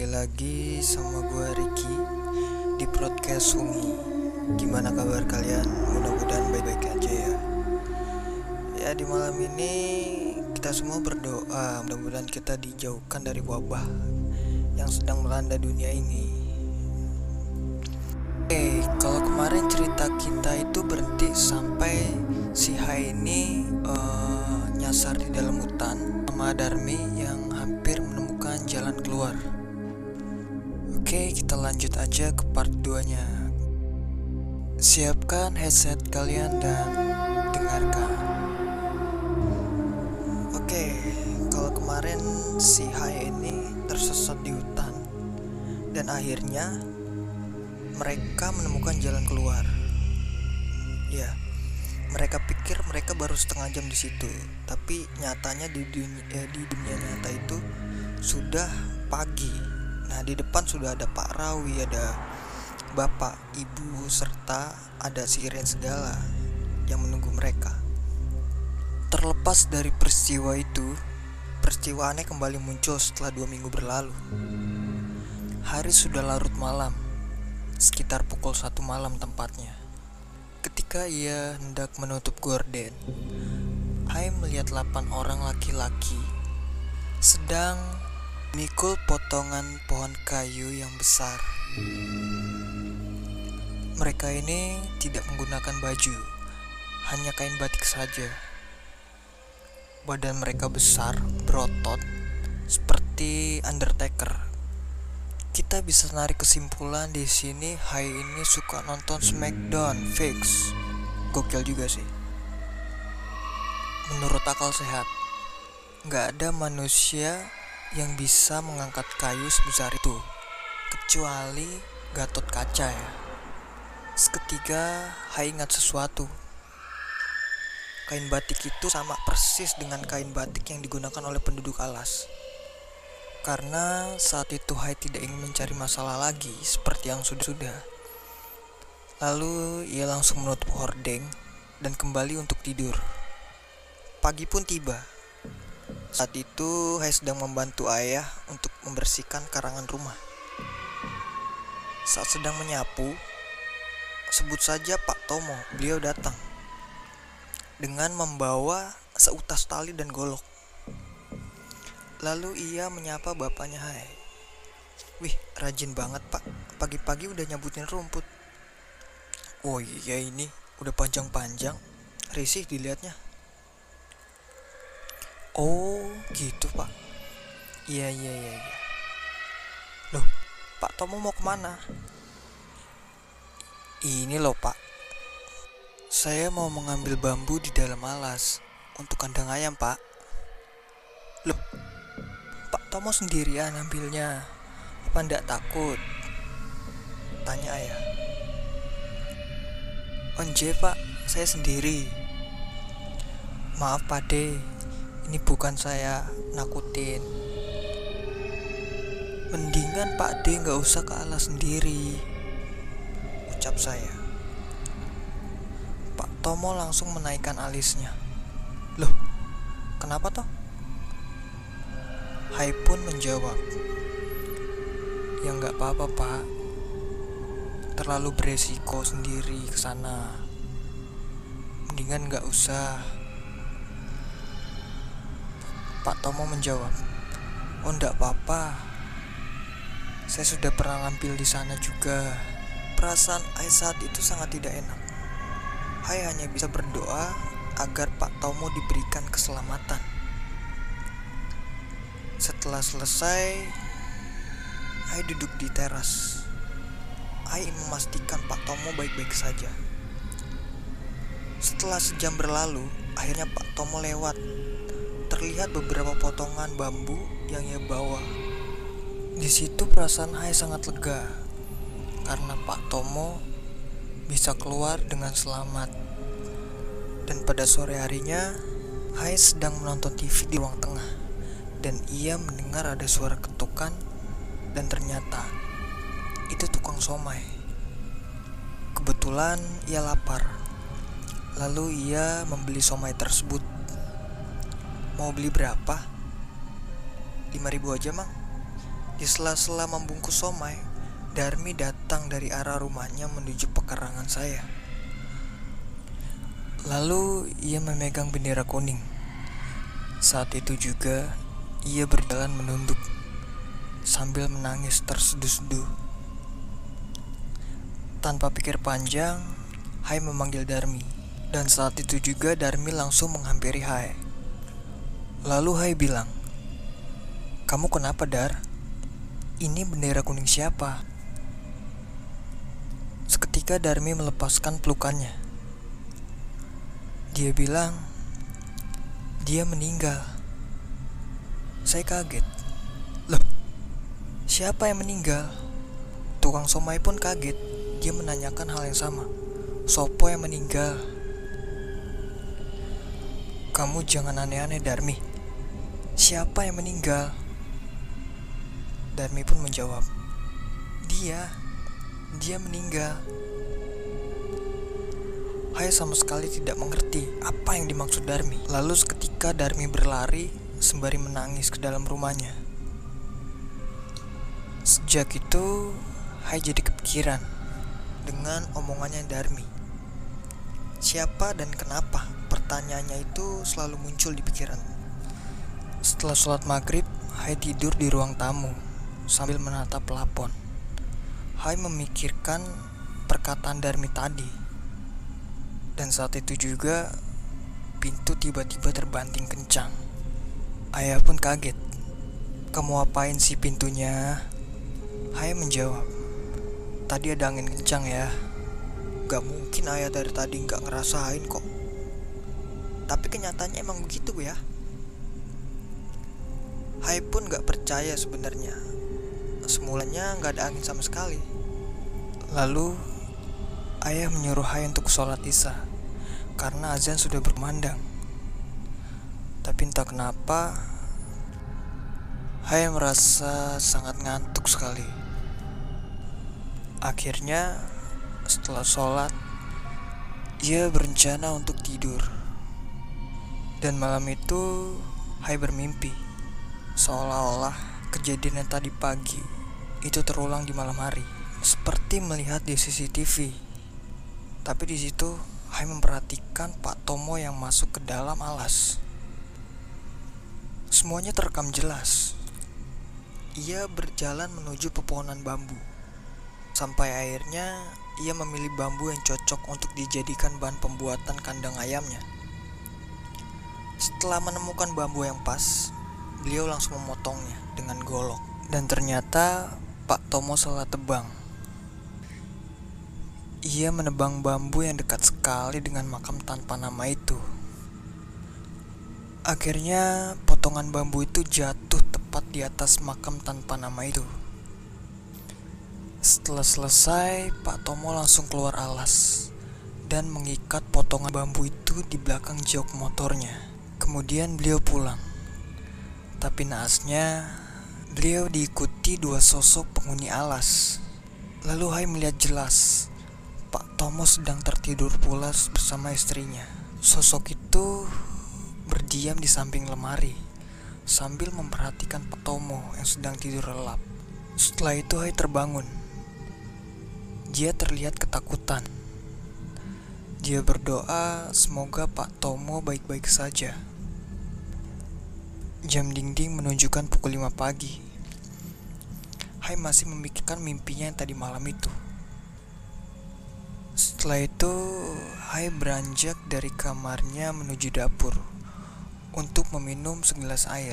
lagi sama gue Ricky di podcast Sungi. Gimana kabar kalian? Mudah-mudahan baik-baik aja ya. Ya, di malam ini kita semua berdoa mudah-mudahan kita dijauhkan dari wabah yang sedang melanda dunia ini. Kalau kemarin cerita kita itu berhenti sampai si Hai ini nyasar di dalam hutan sama Darmi yang hampir menemukan jalan keluar. Oke, kita lanjut aja ke part 2-nya. Siapkan headset kalian dan dengarkan. Oke, kalau kemarin si Hai ini tersesat di hutan dan akhirnya mereka menemukan jalan keluar. Ya, mereka pikir mereka baru setengah jam di situ, tapi nyatanya di dunia nyata itu sudah pagi. Nah, di depan sudah ada Pak Rawi, ada bapak, ibu, serta ada siren segala yang menunggu mereka. Terlepas dari peristiwa itu, peristiwa aneh kembali muncul setelah 2 minggu berlalu. Hari sudah larut malam, sekitar pukul 1 malam tempatnya. Ketika ia hendak menutup gorden, Hai melihat 8 orang laki-laki sedang memikul potongan pohon kayu yang besar. Mereka ini tidak menggunakan baju, hanya kain batik saja. Badan mereka besar, berotot, seperti Undertaker. Kita bisa narik kesimpulan di sini Hai ini suka nonton Smackdown, fix. Gokil juga sih. Menurut akal sehat, gak ada manusia yang bisa mengangkat kayu sebesar itu, kecuali Gatot Kaca ya. Seketika Hai ingat sesuatu. Kain batik itu sama persis dengan kain batik yang digunakan oleh penduduk alas. Karena saat itu Hai tidak ingin mencari masalah lagi seperti yang sudah-sudah. Lalu ia langsung menutup hordeng dan kembali untuk tidur. Pagi pun tiba. Saat itu Hai sedang membantu ayah untuk membersihkan karangan rumah. Saat sedang menyapu, sebut saja Pak Tomo, beliau datang dengan membawa seutas tali dan golok. Lalu ia menyapa bapaknya Hai. Wih, rajin banget pak, pagi-pagi udah nyabutin rumput. Oh iya, ini udah panjang-panjang, risih dilihatnya. Oh gitu pak. Iya. Loh, Pak Tomo mau kemana? Ini loh pak, saya mau mengambil bambu di dalam alas untuk kandang ayam pak. Loh, Pak Tomo sendirian ambilnya, apa ndak takut? Tanya ayah. Onje pak, saya sendiri. Maaf Pak De, ini bukan saya nakutin. Mendingan Pak De gak usah ke alas sendiri, ucap saya. Pak Tomo langsung menaikkan alisnya. Loh, kenapa toh? Hai pun menjawab, ya nggak apa-apa pak, terlalu beresiko sendiri ke sana, mendingan nggak usah. Pak Tomo menjawab, oh nggak apa-apa, saya sudah pernah ngambil di sana juga. Perasaan Hai saat itu sangat tidak enak. Hai hanya bisa berdoa agar Pak Tomo diberikan keselamatan. Setelah selesai, Hai duduk di teras. Hai memastikan Pak Tomo baik-baik saja. Setelah sejam berlalu, akhirnya Pak Tomo lewat. Terlihat beberapa potongan bambu yang ia bawa. Di situ perasaan Hai sangat lega karena Pak Tomo bisa keluar dengan selamat. Dan pada sore harinya, Hai sedang menonton TV di ruang tengah. Dan ia mendengar ada suara ketukan, dan ternyata itu tukang somai. Kebetulan ia lapar. Lalu ia membeli somai tersebut. Mau beli berapa? 5.000 aja mang. Di sela-sela membungkus somai, Darmi datang dari arah rumahnya menuju pekarangan saya. Lalu ia memegang bendera kuning. Saat itu juga ia berjalan menunduk sambil menangis terseduh-seduh. Tanpa pikir panjang, Hai memanggil Darmi. Dan saat itu juga Darmi langsung menghampiri Hai. Lalu Hai bilang, "Kamu kenapa, Dar? Ini bendera kuning siapa?" Seketika Darmi melepaskan pelukannya. Dia bilang, "Dia meninggal." Saya kaget. "Loh, siapa yang meninggal?" Tukang somai pun kaget. Dia menanyakan hal yang sama. "Sopo yang meninggal?" "Kamu jangan aneh-aneh, Darmi. Siapa yang meninggal?" Darmi pun menjawab, Dia meninggal." Hai sama sekali tidak mengerti apa yang dimaksud Darmi. Lalu seketika Darmi berlari sembari menangis ke dalam rumahnya. Sejak itu, Hai jadi kepikiran dengan omongannya Darmi. Siapa dan kenapa? Pertanyaannya itu selalu muncul di pikiran. Setelah sholat maghrib, Hai tidur di ruang tamu sambil menatap plafon. Hai memikirkan perkataan Darmi tadi. Dan saat itu juga pintu tiba-tiba terbanting kencang. Ayah pun kaget. "Kamu apain sih pintunya?" Hai menjawab, "Tadi ada angin kencang ya." Gak mungkin ayah dari tadi gak ngerasain kok. Tapi kenyataannya emang begitu ya. Hai pun gak percaya sebenarnya. Semulanya gak ada angin sama sekali. Lalu ayah menyuruh Hai untuk sholat isya karena azan sudah berkumandang. Tapi entah kenapa Hai merasa sangat ngantuk sekali. Akhirnya setelah sholat, ia berencana untuk tidur. Dan malam itu Hai bermimpi seolah-olah kejadian yang tadi pagi itu terulang di malam hari, seperti melihat di CCTV. Tapi di situ Hai memperhatikan Pak Tomo yang masuk ke dalam alas. Semuanya terekam jelas. Ia berjalan menuju pepohonan bambu. Sampai akhirnya ia memilih bambu yang cocok untuk dijadikan bahan pembuatan kandang ayamnya. Setelah menemukan bambu yang pas, beliau langsung memotongnya dengan golok. Dan ternyata Pak Tomo salah tebang. Ia menebang bambu yang dekat sekali dengan makam tanpa nama itu. Akhirnya potongan bambu itu jatuh tepat di atas makam tanpa nama itu. Setelah selesai, Pak Tomo langsung keluar alas dan mengikat potongan bambu itu di belakang jok motornya. Kemudian beliau pulang. Tapi naasnya, beliau diikuti dua sosok penghuni alas. Lalu Hai melihat jelas Pak Tomo sedang tertidur pulas bersama istrinya. Sosok itu berdiam di samping lemari sambil memperhatikan Pak Tomo yang sedang tidur lelap. Setelah itu Hai terbangun. Dia terlihat ketakutan. Dia berdoa semoga Pak Tomo baik-baik saja. Jam dinding menunjukkan pukul 5 pagi. Hai masih memikirkan mimpinya yang tadi malam itu. Setelah itu, Hai beranjak dari kamarnya menuju dapur untuk meminum segelas air.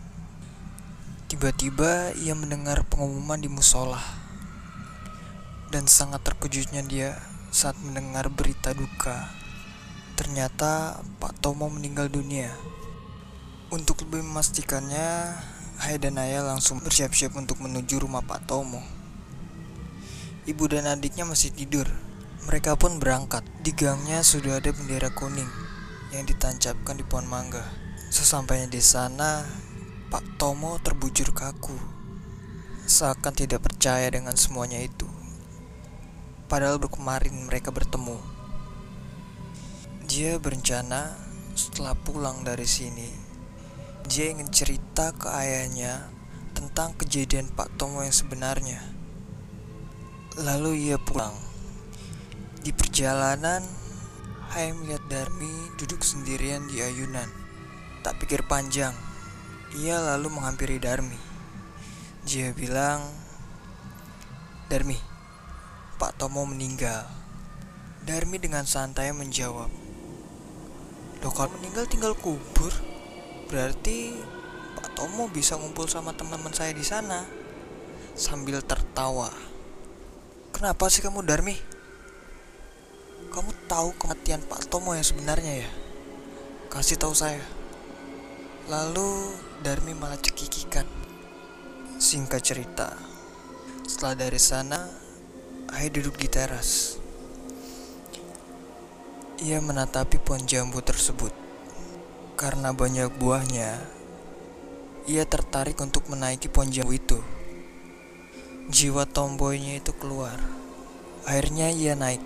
Tiba-tiba ia mendengar pengumuman di musola. Dan sangat terkejutnya dia saat mendengar berita duka. Ternyata Pak Tomo meninggal dunia. Untuk lebih memastikannya, Hai dan Ayah langsung bersiap-siap untuk menuju rumah Pak Tomo. Ibu dan adiknya masih tidur. Mereka pun berangkat. Di gangnya sudah ada bendera kuning yang ditancapkan di pohon mangga. Sesampainya di sana, Pak Tomo terbujur kaku, seakan tidak percaya dengan semuanya itu. Padahal baru kemarin mereka bertemu. Dia berencana setelah pulang dari sini, dia ingin cerita ke ayahnya tentang kejadian Pak Tomo yang sebenarnya. Lalu ia pulang. Di perjalanan, Hai melihat Darmi duduk sendirian di ayunan. Tak pikir panjang, ia lalu menghampiri Darmi. Dia bilang, "Darmi, Pak Tomo meninggal." Darmi dengan santai menjawab, "Loh, kalau meninggal tinggal kubur. Berarti Pak Tomo bisa ngumpul sama teman-teman saya di sana." Sambil tertawa, "Kenapa sih kamu, Darmi? Kamu tahu kematian Pak Tomo yang sebenarnya ya? Kasih tahu saya." Lalu Darmi malah cekikikan. Singkat cerita, setelah dari sana, Hai duduk di teras. Ia menatapi pohon jambu tersebut. Karena banyak buahnya, ia tertarik untuk menaiki pohon jambu itu. Jiwa tomboynya itu keluar. Akhirnya ia naik,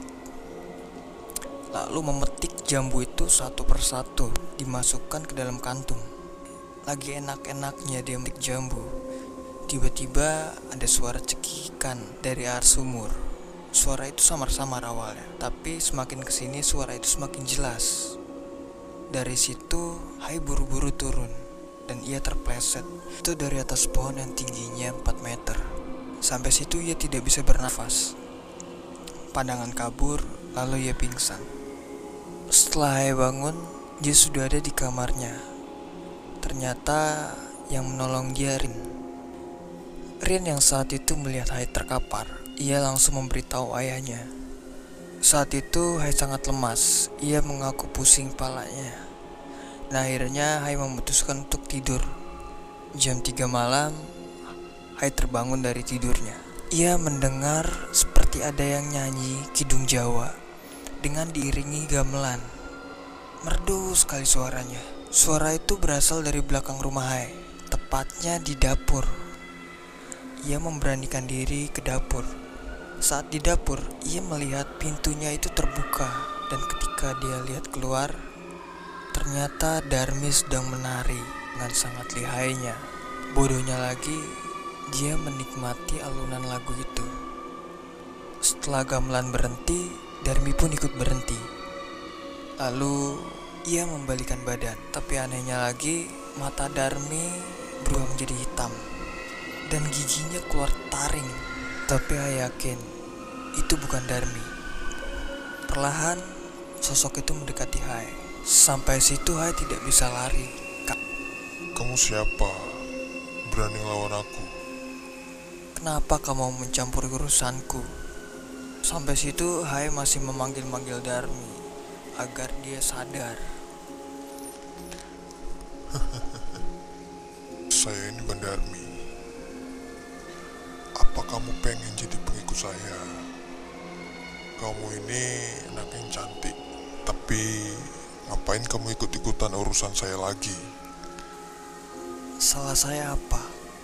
lalu memetik jambu itu satu persatu, dimasukkan ke dalam kantung. Lagi enak-enaknya dia memetik jambu, tiba-tiba ada suara cekikan dari arah sumur. Suara itu samar-samar awalnya, tapi semakin kesini suara itu semakin jelas. Dari situ Hai buru-buru turun, dan ia terpleset. Itu dari atas pohon yang tingginya 4 meter. Sampai situ ia tidak bisa bernafas. Pandangan kabur, lalu ia pingsan. Setelah Hai bangun, dia sudah ada di kamarnya. Ternyata yang menolong dia Rin. Rin yang saat itu melihat Hai terkapar, ia langsung memberitahu ayahnya. Saat itu Hai sangat lemas, ia mengaku pusing palanya. Nah, akhirnya Hai memutuskan untuk tidur. Jam 3 malam, Hai terbangun dari tidurnya. Ia mendengar seperti ada yang nyanyi kidung Jawa dengan diiringi gamelan. Merdu sekali suaranya. Suara itu berasal dari belakang rumah Hai, tepatnya di dapur. Ia memberanikan diri ke dapur. Saat di dapur, ia melihat pintunya itu terbuka, dan ketika dia lihat keluar, ternyata Darmi sedang menari dengan sangat lihainya. Bodohnya lagi, dia menikmati alunan lagu itu. Setelah gamelan berhenti, Darmi pun ikut berhenti. Lalu ia membalikan badan, tapi anehnya lagi, mata Darmi berubah menjadi hitam dan giginya keluar taring. Tapi Hai yakin itu bukan Darmi. Perlahan sosok itu mendekati Hai. Sampai situ Hai tidak bisa lari. Kamu siapa? Berani ngelawan aku? Kenapa kamu mencampuri urusanku? Sampai situ Hai masih memanggil-manggil Darmi agar dia sadar. Saya ini Bandarmi. Apa kamu pengen jadi pengikut saya? Kamu ini anak yang cantik, tapi ngapain kamu ikut-ikutan urusan saya lagi? Salah saya apa?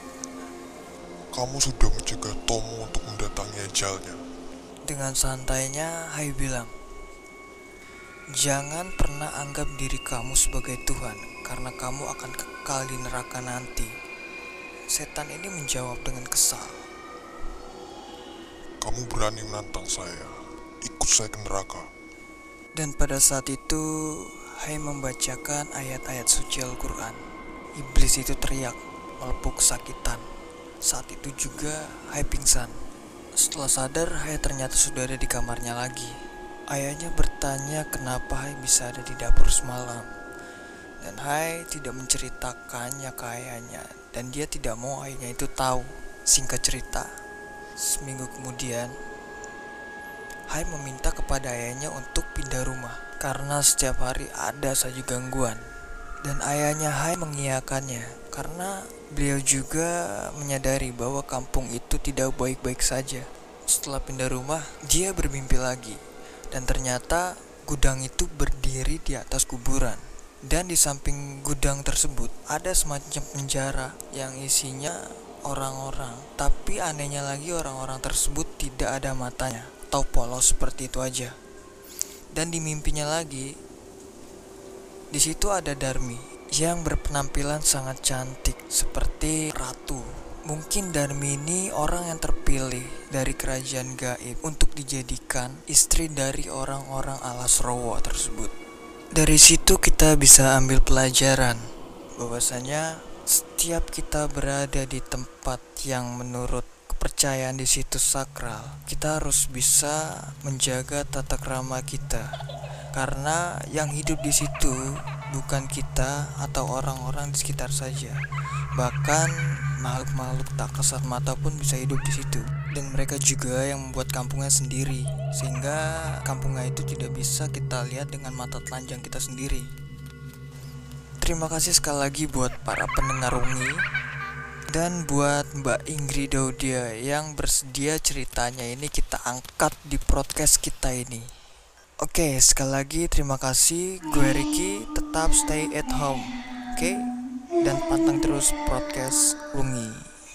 Kamu sudah mencegah Tomo untuk mendatangi ajalnya. Dengan santainya Hai bilang, "Jangan pernah anggap diri kamu sebagai Tuhan, karena kamu akan kekal di neraka nanti." Setan ini menjawab dengan kesal. Kamu berani menantang saya, ikut saya ke neraka. Dan pada saat itu Hai membacakan ayat-ayat suci Al-Quran. Iblis itu teriak, melepuk kesakitan. Saat itu juga Hai pingsan. Setelah sadar, Hai ternyata sudah ada di kamarnya lagi. Ayahnya bertanya kenapa Hai bisa ada di dapur semalam. Dan Hai tidak menceritakannya ke ayahnya, dan dia tidak mau ayahnya itu tahu. Singkat cerita, seminggu kemudian Hai meminta kepada ayahnya untuk pindah rumah karena setiap hari ada saja gangguan. Dan ayahnya Hai mengiyakannya karena beliau juga menyadari bahwa kampung itu tidak baik-baik saja. Setelah pindah rumah, dia bermimpi lagi, dan ternyata gudang itu berdiri di atas kuburan. Dan di samping gudang tersebut ada semacam penjara yang isinya orang-orang. Tapi anehnya lagi, orang-orang tersebut tidak ada matanya atau polos seperti itu aja. Dan di mimpinya lagi, di situ ada Darmi yang berpenampilan sangat cantik seperti ratu. Mungkin Darmi ini orang yang terpilih dari kerajaan gaib untuk dijadikan istri dari orang-orang alas Rowo tersebut. Dari situ kita bisa ambil pelajaran bahwasanya setiap kita berada di tempat yang menurut kepercayaan di situs sakral, kita harus bisa menjaga tata krama kita. Karena yang hidup di situ bukan kita atau orang-orang di sekitar saja. Bahkan makhluk-makhluk tak kasat mata pun bisa hidup di situ. Dan mereka juga yang membuat kampungnya sendiri, sehingga kampungnya itu tidak bisa kita lihat dengan mata telanjang kita sendiri. Terima kasih sekali lagi buat para pendengar Ungi dan buat Mbak Ingrid Daudia yang bersedia ceritanya ini kita angkat di podcast kita ini. Oke, sekali lagi terima kasih. Gue Ricky, tetap stay at home. Oke, dan pantang terus podcast Ungi.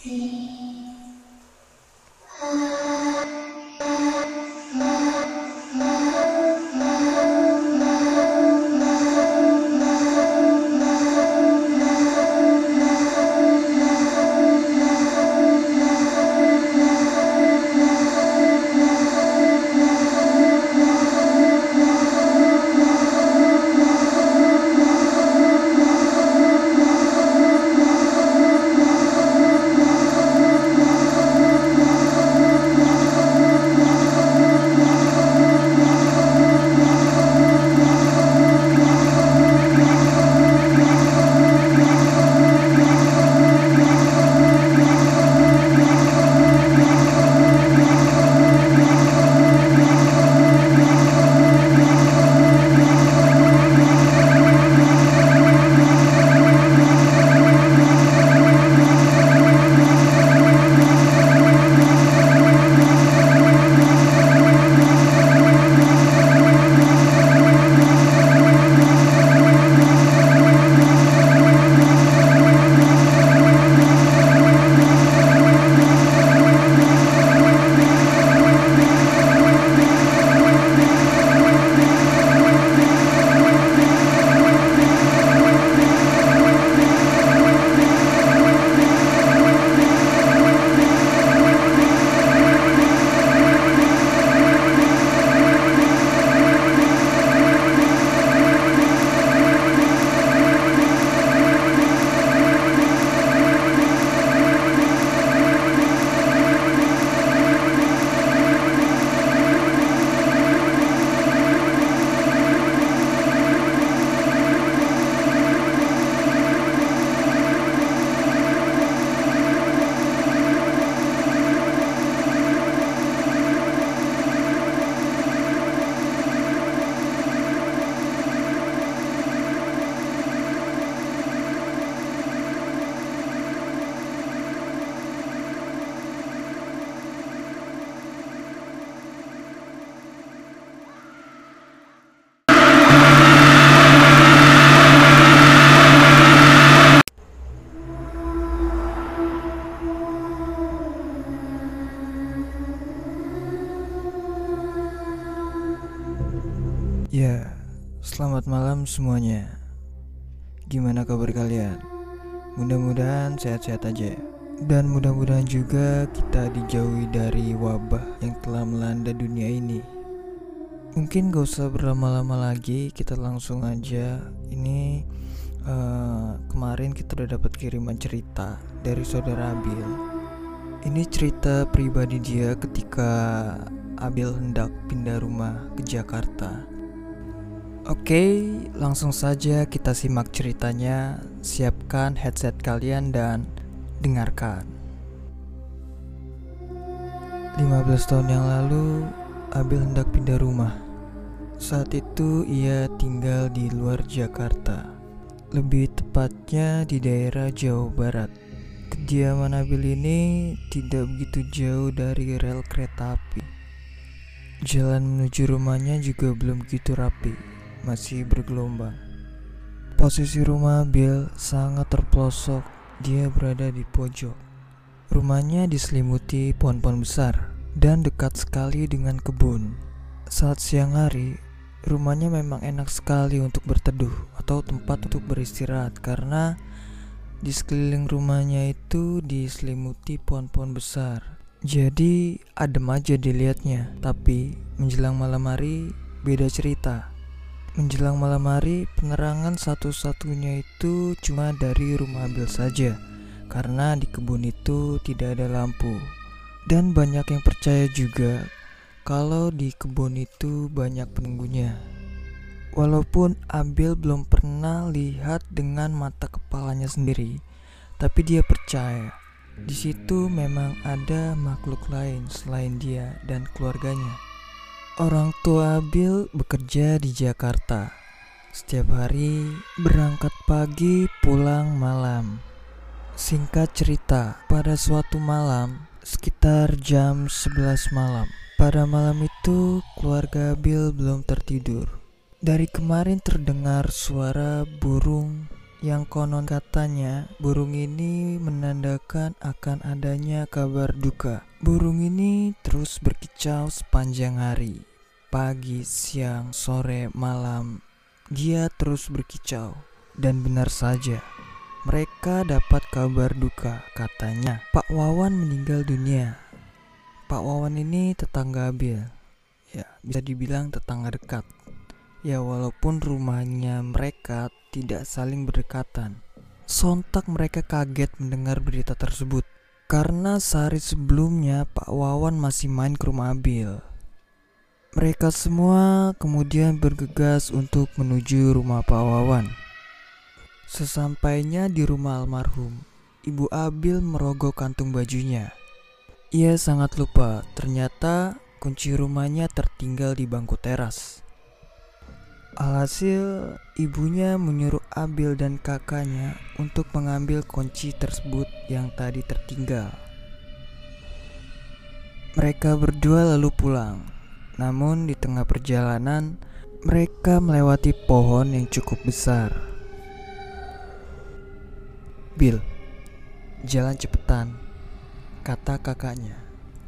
Ya, selamat malam semuanya. Gimana kabar kalian? Mudah-mudahan sehat-sehat aja. Dan mudah-mudahan juga kita dijauhi dari wabah yang telah melanda dunia ini. Mungkin gak usah berlama-lama lagi, kita langsung aja. Ini kemarin kita udah dapat kiriman cerita dari saudara Abil. Ini cerita pribadi dia ketika Abil hendak pindah rumah ke Jakarta. Oke, langsung saja kita simak ceritanya. Siapkan headset kalian dan dengarkan. 15 tahun yang lalu, Abil hendak pindah rumah. Saat itu ia tinggal di luar Jakarta, lebih tepatnya di daerah Jawa Barat. Kediaman Abil ini tidak begitu jauh dari rel kereta api. Jalan menuju rumahnya juga belum begitu rapi, masih bergelombang. Posisi rumah Abil sangat terpelosok, dia berada di pojok. Rumahnya diselimuti pohon-pohon besar dan dekat sekali dengan kebun. Saat siang hari, rumahnya memang enak sekali untuk berteduh atau tempat untuk beristirahat karena Di sekeliling rumahnya itu diselimuti pohon-pohon besar. Jadi adem aja dilihatnya. Tapi menjelang malam hari beda cerita. Menjelang malam hari penerangan satu-satunya itu cuma dari rumah Abil saja. Karena di kebun itu tidak ada lampu. Dan banyak yang percaya juga kalau di kebun itu banyak penunggunya. Walaupun Abil belum pernah lihat dengan mata kepalanya sendiri, tapi dia percaya di situ memang ada makhluk lain selain dia dan keluarganya. Orang tua Abil bekerja di Jakarta. Setiap hari berangkat pagi, pulang malam. Singkat cerita, pada suatu malam sekitar jam 11 malam. Pada malam itu keluarga Abil belum tertidur. Dari kemarin terdengar suara burung yang konon katanya burung ini menandakan akan adanya kabar duka. Burung ini terus berkicau sepanjang hari. Pagi, siang, sore, malam, dia terus berkicau. Dan benar saja, mereka dapat kabar duka. Katanya Pak Wawan meninggal dunia. Pak Wawan ini tetangga Abil. Ya, bisa dibilang tetangga dekat. Ya, walaupun rumahnya mereka tidak saling berdekatan. Sontak mereka kaget mendengar berita tersebut. Karena sehari sebelumnya Pak Wawan masih main ke rumah Abil. Mereka semua kemudian bergegas untuk menuju rumah Pak Wawan. Sesampainya di rumah almarhum, Ibu Abil merogoh kantung bajunya. Ia sangat lupa, ternyata kunci rumahnya tertinggal di bangku teras. Alhasil, ibunya menyuruh Abil dan kakaknya untuk mengambil kunci tersebut yang tadi tertinggal. Mereka berdua lalu pulang. Namun di tengah perjalanan, mereka melewati pohon yang cukup besar. "Bil, jalan cepetan," kata kakaknya.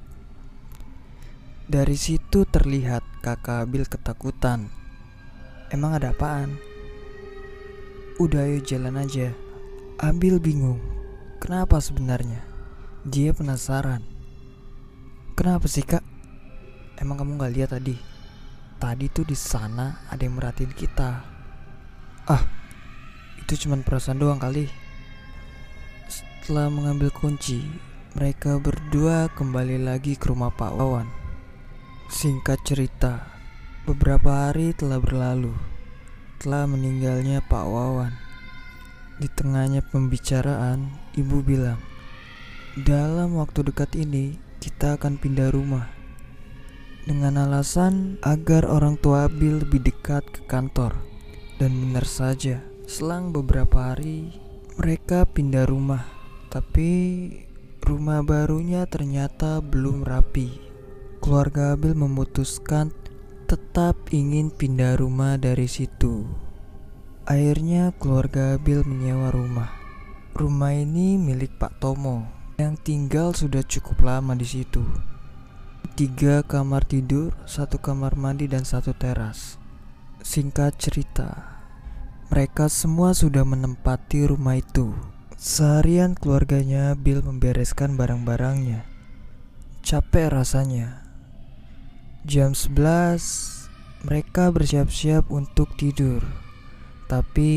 Dari situ terlihat kakak Abil ketakutan. Emang ada apaan? Udah, ayo jalan aja. Abil bingung. Kenapa sebenarnya? Dia penasaran. Kenapa sih, Kak? Emang kamu gak lihat tadi? Tadi tuh di sana ada yang merhatiin kita. Ah, itu cuman perasaan doang kali. Setelah mengambil kunci, mereka berdua kembali lagi ke rumah Pak Wawan. Singkat cerita, beberapa hari telah berlalu. Telah meninggalnya Pak Wawan. Di tengahnya pembicaraan, ibu bilang, "Dalam waktu dekat ini kita akan pindah rumah." Dengan alasan agar orang tua Abil lebih dekat ke kantor. Dan benar saja, selang beberapa hari mereka pindah rumah. Tapi rumah barunya ternyata belum rapi. Keluarga Abil memutuskan tetap ingin pindah rumah dari situ. Akhirnya keluarga Abil menyewa rumah. Rumah ini milik Pak Tomo yang tinggal sudah cukup lama di situ. 3 kamar tidur, 1 kamar mandi dan 1 teras. Singkat cerita, mereka semua sudah menempati rumah itu. Seharian keluarganya Abil membereskan barang-barangnya. Capek rasanya. Jam 11 mereka bersiap-siap untuk tidur. Tapi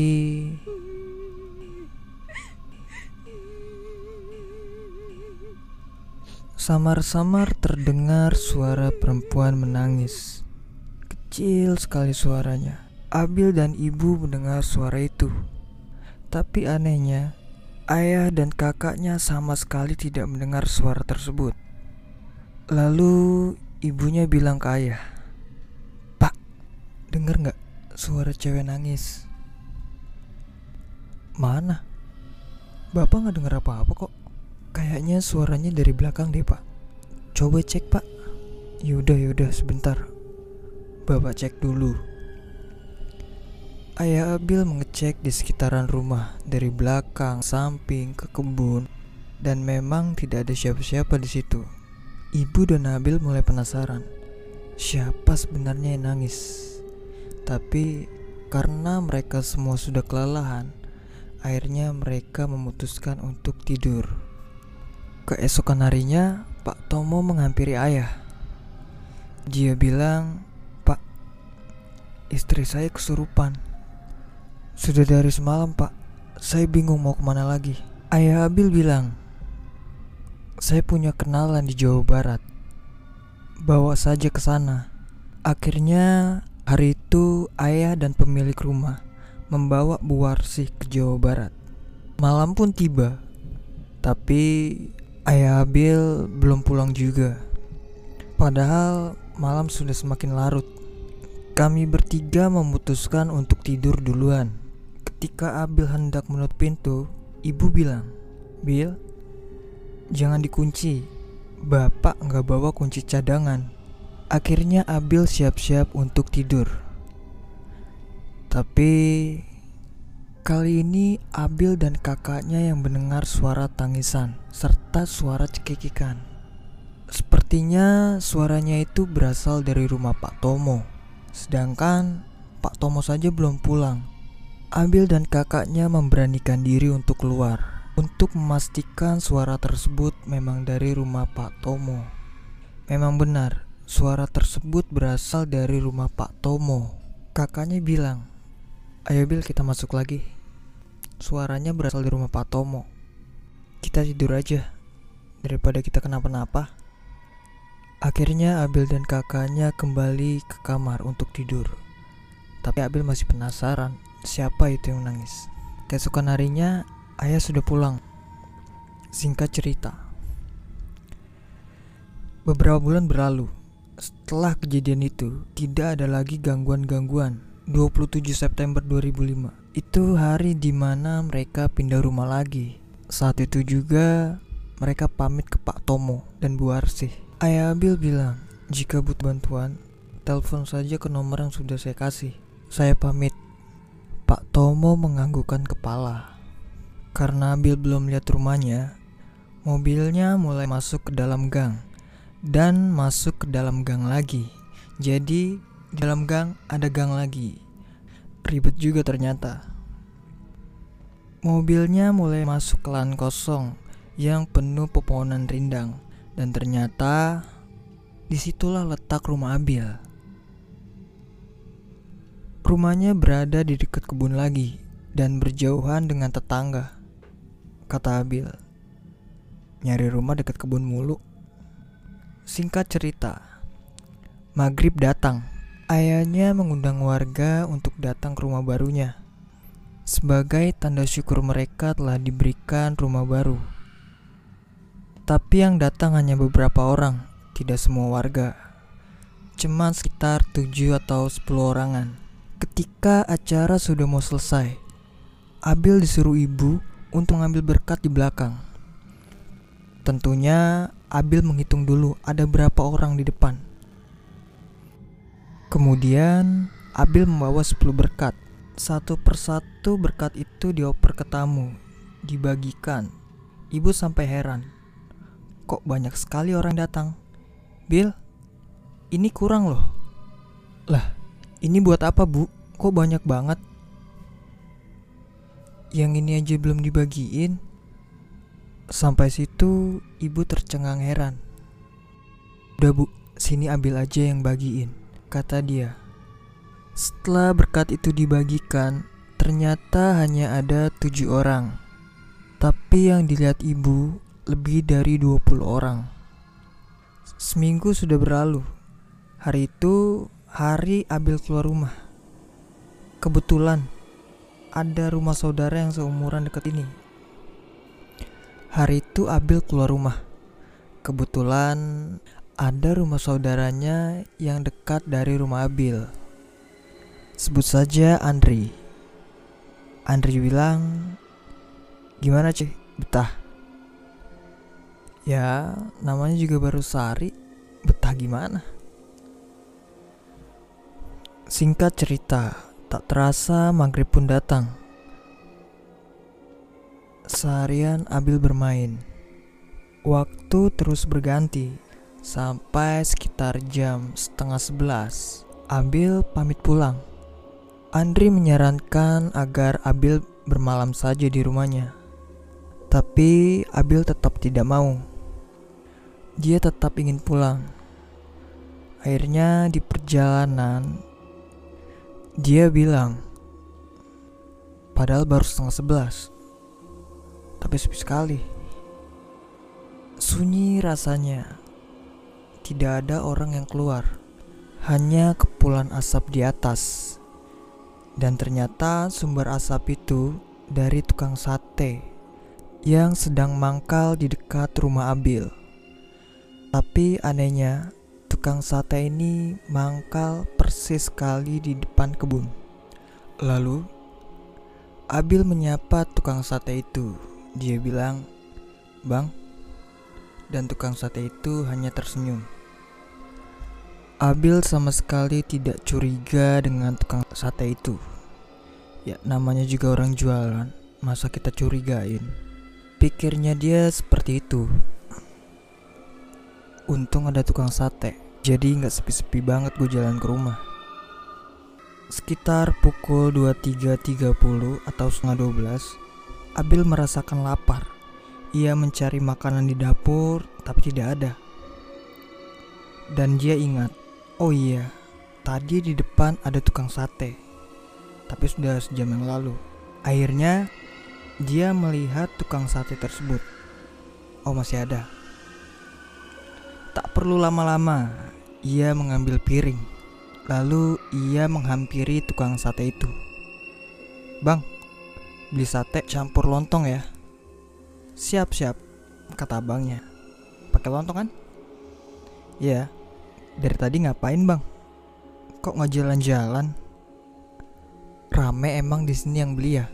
samar-samar terdengar suara perempuan menangis. Kecil sekali suaranya. Abil dan ibu mendengar suara itu. Tapi anehnya, ayah dan kakaknya sama sekali tidak mendengar suara tersebut. Lalu ibunya bilang ke ayah, "Pak, denger gak suara cewek nangis?" "Mana? Bapak gak denger apa-apa kok. Kayaknya suaranya dari belakang deh, Pak. Coba cek, Pak." Yaudah sebentar. Bapak cek dulu." Ayah Abil mengecek di sekitaran rumah, dari belakang, samping, ke kebun, dan memang tidak ada siapa-siapa di situ. Ibu dan Abil mulai penasaran, siapa sebenarnya yang nangis. Tapi karena mereka semua sudah kelelahan, akhirnya mereka memutuskan untuk tidur. Keesokan harinya, Pak Tomo menghampiri ayah. Dia bilang, "Pak, istri saya kesurupan. Sudah dari semalam, Pak. Saya bingung mau kemana lagi." Ayah Abil bilang, "Saya punya kenalan di Jawa Barat. Bawa saja ke sana." Akhirnya hari itu ayah dan pemilik rumah membawa Bu Warsih ke Jawa Barat. Malam pun tiba, tapi ayah Abil belum pulang juga. Padahal malam sudah semakin larut. Kami bertiga memutuskan untuk tidur duluan. Ketika Abil hendak menutup pintu, ibu bilang, "Bil, jangan dikunci. Bapak gak bawa kunci cadangan." Akhirnya Abil siap-siap untuk tidur. Tapi kali ini Abil dan kakaknya yang mendengar suara tangisan serta suara cekikikan. Sepertinya suaranya itu berasal dari rumah Pak Tomo. Sedangkan Pak Tomo saja belum pulang. Abil dan kakaknya memberanikan diri untuk keluar untuk memastikan suara tersebut memang dari rumah Pak Tomo. Memang benar, suara tersebut berasal dari rumah Pak Tomo. Kakaknya bilang, "Ayo Bil, kita masuk lagi. Suaranya berasal dari rumah Pak Tomo. Kita tidur aja daripada kita kenapa-napa." Akhirnya Abil dan kakaknya kembali ke kamar untuk tidur. Tapi Abil masih penasaran siapa itu yang menangis. Keesokan harinya ayah sudah pulang. Singkat cerita, beberapa bulan berlalu. Setelah kejadian itu, tidak ada lagi gangguan-gangguan. 27 September 2005, itu hari dimana mereka pindah rumah lagi. Saat itu juga mereka pamit ke Pak Tomo dan Bu Arsih. Ayah Abil bilang, "Jika butuh bantuan, telepon saja ke nomor yang sudah saya kasih. Saya pamit." Pak Tomo menganggukkan kepala. Karena Abil belum lihat rumahnya, mobilnya mulai masuk ke dalam gang dan masuk ke dalam gang lagi. Jadi di dalam gang ada gang lagi. Ribet juga ternyata. Mobilnya mulai masuk ke lahan kosong yang penuh pepohonan rindang. Dan ternyata disitulah letak rumah Abil. Rumahnya berada di dekat kebun lagi dan berjauhan dengan tetangga. Kata Abil, "Nyari rumah dekat kebun mulu." Singkat cerita, maghrib datang. Ayahnya mengundang warga untuk datang ke rumah barunya. Sebagai tanda syukur mereka telah diberikan rumah baru. Tapi yang datang hanya beberapa orang, tidak semua warga. Cuman sekitar 7 atau 10 orangan. Ketika acara sudah mau selesai, Abil disuruh ibu untuk mengambil berkat di belakang. Tentunya Abil menghitung dulu ada berapa orang di depan. Kemudian Abil membawa 10 berkat. Satu persatu berkat itu dioper ke tamu, dibagikan. Ibu sampai heran, kok banyak sekali orang datang. "Bil, ini kurang loh." "Lah, ini buat apa Bu? Kok banyak banget? Yang ini aja belum dibagiin." Sampai situ ibu tercengang heran. "Udah Bu, sini Abil aja yang bagiin," kata dia. Setelah berkat itu dibagikan, ternyata hanya ada 7 orang. Tapi yang dilihat ibu lebih dari 20 orang. Seminggu sudah berlalu. Hari itu hari Abil keluar rumah. Kebetulan ada rumah saudara yang seumuran dekat ini. Hari itu Abil keluar rumah. Kebetulan ada rumah saudaranya yang dekat dari rumah Abil. Sebut saja Andri. Andri bilang, "Gimana Cik, betah?" "Ya, namanya juga baru sehari, betah gimana?" Singkat cerita, tak terasa maghrib pun datang. Seharian Abil bermain. Waktu terus berganti sampai sekitar jam 10:30. Abil pamit pulang. Andri menyarankan agar Abil bermalam saja di rumahnya. Tapi Abil tetap tidak mau. Dia tetap ingin pulang. Akhirnya di perjalanan dia bilang, padahal baru 10:30, tapi sepi sekali. Sunyi rasanya. Tidak ada orang yang keluar. Hanya kepulan asap di atas. Dan ternyata sumber asap itu dari tukang sate yang sedang mangkal di dekat rumah Abil. Tapi anehnya, tukang sate ini mangkal persis sekali di depan kebun. Lalu Abil menyapa tukang sate itu. Dia bilang, "Bang." Dan tukang sate itu hanya tersenyum. Abil sama sekali tidak curiga dengan tukang sate itu. Ya, namanya juga orang jualan, masa kita curigain? Pikirnya dia seperti itu. Untung ada tukang sate, jadi gak sepi-sepi banget gue jalan ke rumah. Sekitar pukul 23.30 atau setengah 12, Abil merasakan lapar. Ia mencari makanan di dapur, tapi tidak ada. Dan dia ingat, oh iya, tadi di depan ada tukang sate, tapi sudah sejam yang lalu. Akhirnya, dia melihat tukang sate tersebut. Oh, masih ada. Tak perlu lama-lama, ia mengambil piring. Lalu ia menghampiri tukang sate itu. "Bang, beli sate campur lontong ya." "Siap-siap," kata abangnya. "Pakai lontong kan?" "Ya." "Dari tadi ngapain, Bang? Kok nggak jalan-jalan? Rame emang di sini yang beli ya?"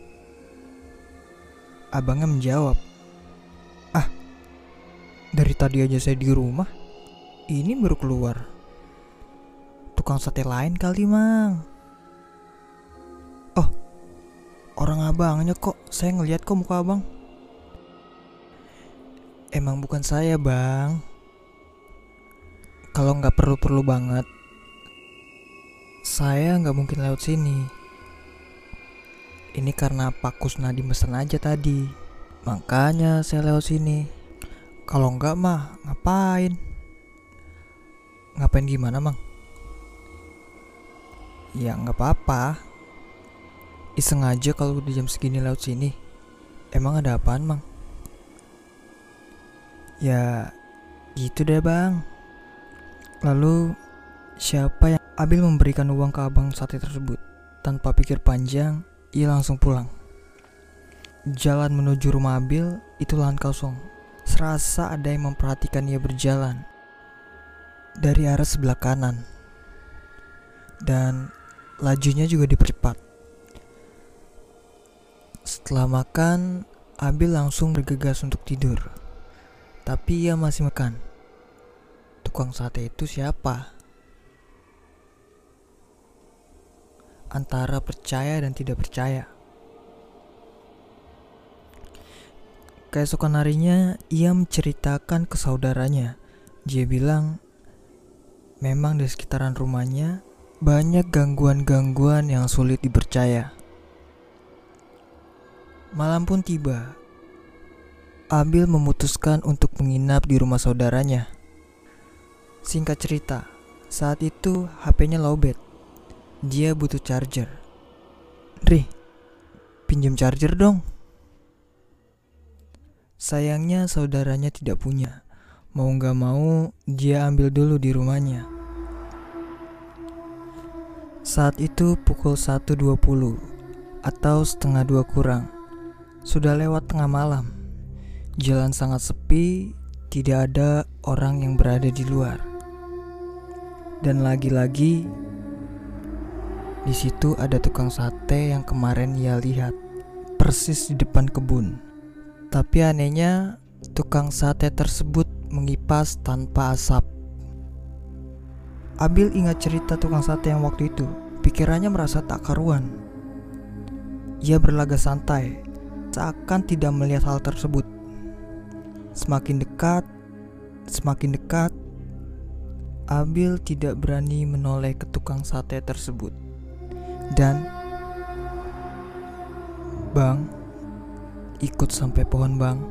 Abangnya menjawab, "Ah, dari tadi aja saya di rumah. Ini baru keluar. Tukang sate lain kali, Mang." "Oh, orang abangnya kok. Saya ngeliat kok muka abang." "Emang bukan saya, Bang. Kalau nggak perlu-perlu banget, saya nggak mungkin lewat sini. Ini karena Pak Kusnadi mesen aja tadi, makanya saya lewat sini. Kalau nggak mah ngapain?" "Ngapain gimana, Mang?" "Ya nggak apa-apa. Iseng aja kalau di jam segini lewat sini. Emang ada apaan, Mang?" "Ya gitu deh, Bang." Lalu siapa yang Abil memberikan uang ke abang sate tersebut. Tanpa pikir panjang, ia langsung pulang. Jalan menuju rumah Abil itu lahan kosong. Serasa ada yang memperhatikan ia berjalan dari arah sebelah kanan. Dan lajunya juga dipercepat. Setelah makan, Abil langsung bergegas untuk tidur. Tapi ia masih makan. Tukang sate itu siapa? Antara percaya dan tidak percaya. Keesokan harinya, ia menceritakan ke saudaranya. Dia bilang, memang di sekitaran rumahnya banyak gangguan-gangguan yang sulit dipercaya. Malam pun tiba. Abil memutuskan untuk menginap di rumah saudaranya. Singkat cerita, saat itu HP-nya lowbat. Dia butuh charger. "Ri, pinjam charger dong." Sayangnya saudaranya tidak punya. Mau gak mau, dia ambil dulu di rumahnya. Saat itu pukul 1.20 atau setengah 2 kurang. Sudah lewat tengah malam. Jalan sangat sepi, tidak ada orang yang berada di luar. Dan lagi-lagi di situ ada tukang sate yang kemarin ia lihat persis di depan kebun. Tapi anehnya tukang sate tersebut mengipas tanpa asap. Abil ingat cerita tukang sate yang waktu itu. Pikirannya merasa tak karuan. Ia berlagak santai, seakan tidak melihat hal tersebut. Semakin dekat, Abil tidak berani menoleh ke tukang sate tersebut. Dan "Bang, ikut sampai pohon bang."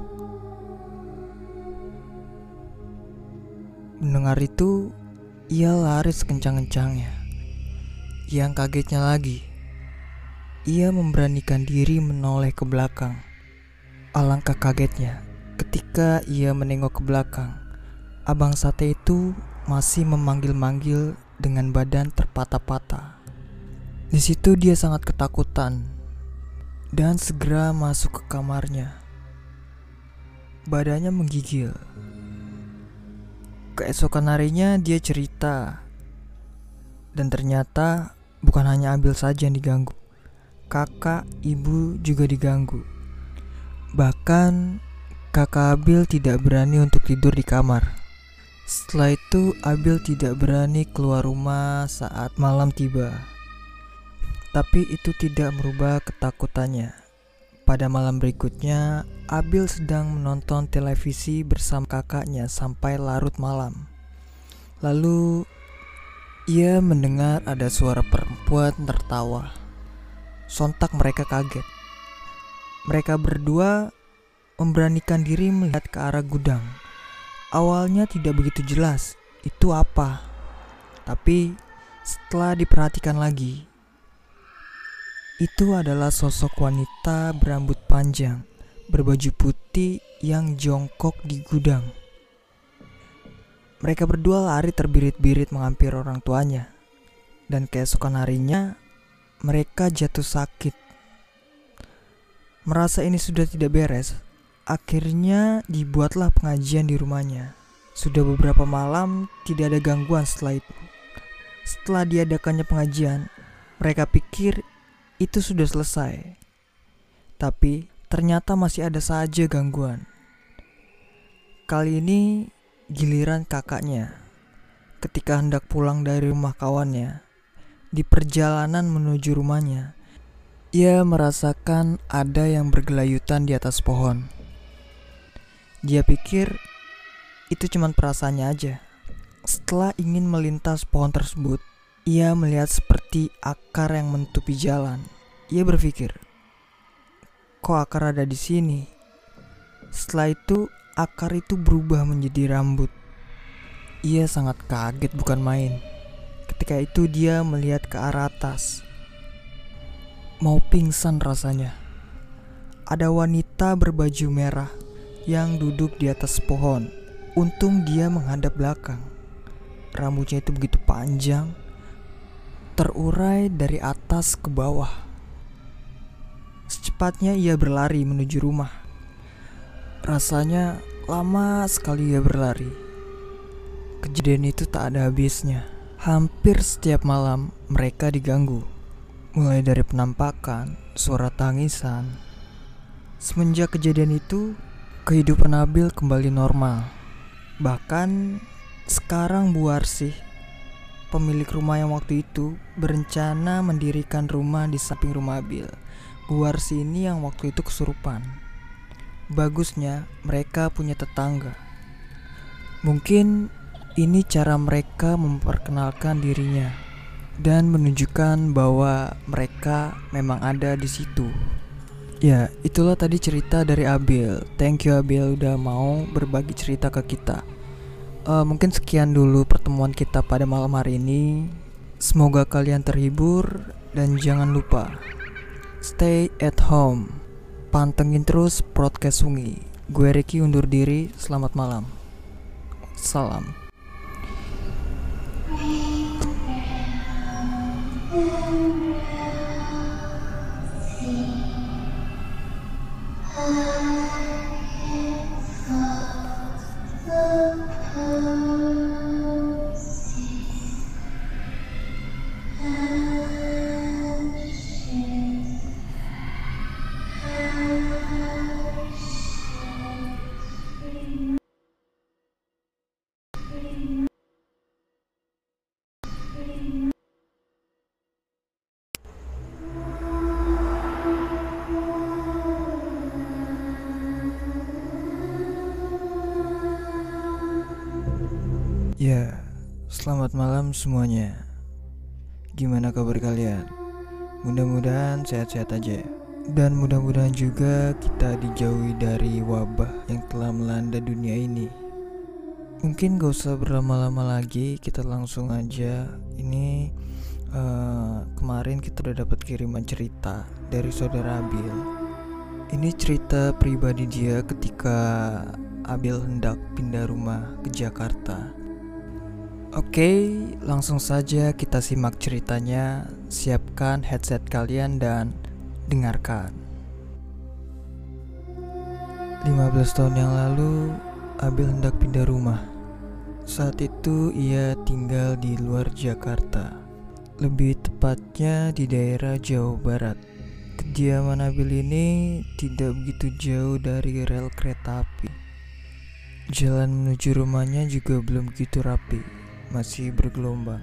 Mendengar itu, ia lari sekencang-kencangnya. Yang kagetnya lagi, ia memberanikan diri menoleh ke belakang. Alangkah kagetnya ketika ia menengok ke belakang. Abang sate itu masih memanggil-manggil dengan badan terpatah-patah. Di situ dia sangat ketakutan dan segera masuk ke kamarnya. Badannya menggigil. Keesokan harinya dia cerita, dan ternyata bukan hanya Abil saja yang diganggu. Kakak, ibu juga diganggu. Bahkan kakak Abil tidak berani untuk tidur di kamar. Setelah itu Abil tidak berani keluar rumah saat malam tiba. Tapi itu tidak merubah ketakutannya. Pada malam berikutnya, Abil sedang menonton televisi bersama kakaknya sampai larut malam. Lalu ia mendengar ada suara perempuan tertawa. Sontak mereka kaget. Mereka berdua memberanikan diri melihat ke arah gudang. Awalnya tidak begitu jelas itu apa. Tapi setelah diperhatikan lagi, itu adalah sosok wanita berambut panjang, berbaju putih yang jongkok di gudang. Mereka berdua lari terbirit-birit menghampiri orang tuanya. Dan keesokan harinya, mereka jatuh sakit. Merasa ini sudah tidak beres, akhirnya dibuatlah pengajian di rumahnya. Sudah beberapa malam tidak ada gangguan setelah itu. Setelah diadakannya pengajian, mereka pikir itu sudah selesai. Tapi ternyata masih ada saja gangguan. Kali ini giliran kakaknya. Ketika hendak pulang dari rumah kawannya, di perjalanan menuju rumahnya, ia merasakan ada yang bergelayutan di atas pohon. Dia pikir itu cuma perasaannya aja. Setelah ingin melintas pohon tersebut, ia melihat seperti akar yang menutupi jalan. Ia berpikir, kok akar ada di sini? Setelah itu, akar itu berubah menjadi rambut. Ia sangat kaget bukan main. Ketika itu dia melihat ke arah atas. Mau pingsan rasanya. Ada wanita berbaju merah yang duduk di atas pohon. Untung dia menghadap belakang. Rambutnya itu begitu panjang, terurai dari atas ke bawah. Secepatnya ia berlari menuju rumah. Rasanya lama sekali ia berlari. Kejadian itu tak ada habisnya. Hampir setiap malam mereka diganggu. Mulai dari penampakan, suara tangisan. Semenjak kejadian itu, kehidupan Abil kembali normal. Bahkan sekarang Bu Arsih, pemilik rumah yang waktu itu, berencana mendirikan rumah di samping rumah Abil. Bu Arsih ini yang waktu itu kesurupan. Bagusnya mereka punya tetangga. Mungkin ini cara mereka memperkenalkan dirinya dan menunjukkan bahwa mereka memang ada di situ. Ya, itulah tadi cerita dari Abil. Thank you Abil udah mau berbagi cerita ke kita. Mungkin sekian dulu pertemuan kita pada malam hari ini. Semoga kalian terhibur dan jangan lupa stay at home. Pantengin terus podcast Sungi. Gue Ricky undur diri. Selamat malam. Salam. Ya, selamat malam semuanya. Gimana kabar kalian? Mudah-mudahan sehat-sehat aja. Dan mudah-mudahan juga kita dijauhi dari wabah yang telah melanda dunia ini. Mungkin gak usah berlama-lama lagi, kita langsung aja. Ini kemarin kita udah dapat kiriman cerita dari saudara Abil. Ini cerita pribadi dia ketika Abil hendak pindah rumah ke Jakarta. Oke, langsung saja kita simak ceritanya. Siapkan headset kalian dan dengarkan. 15 tahun yang lalu, Abil hendak pindah rumah. Saat itu ia tinggal di luar Jakarta, lebih tepatnya di daerah Jawa Barat. Kediaman Abil ini tidak begitu jauh dari rel kereta api. Jalan menuju rumahnya juga belum begitu rapi, masih bergelombang.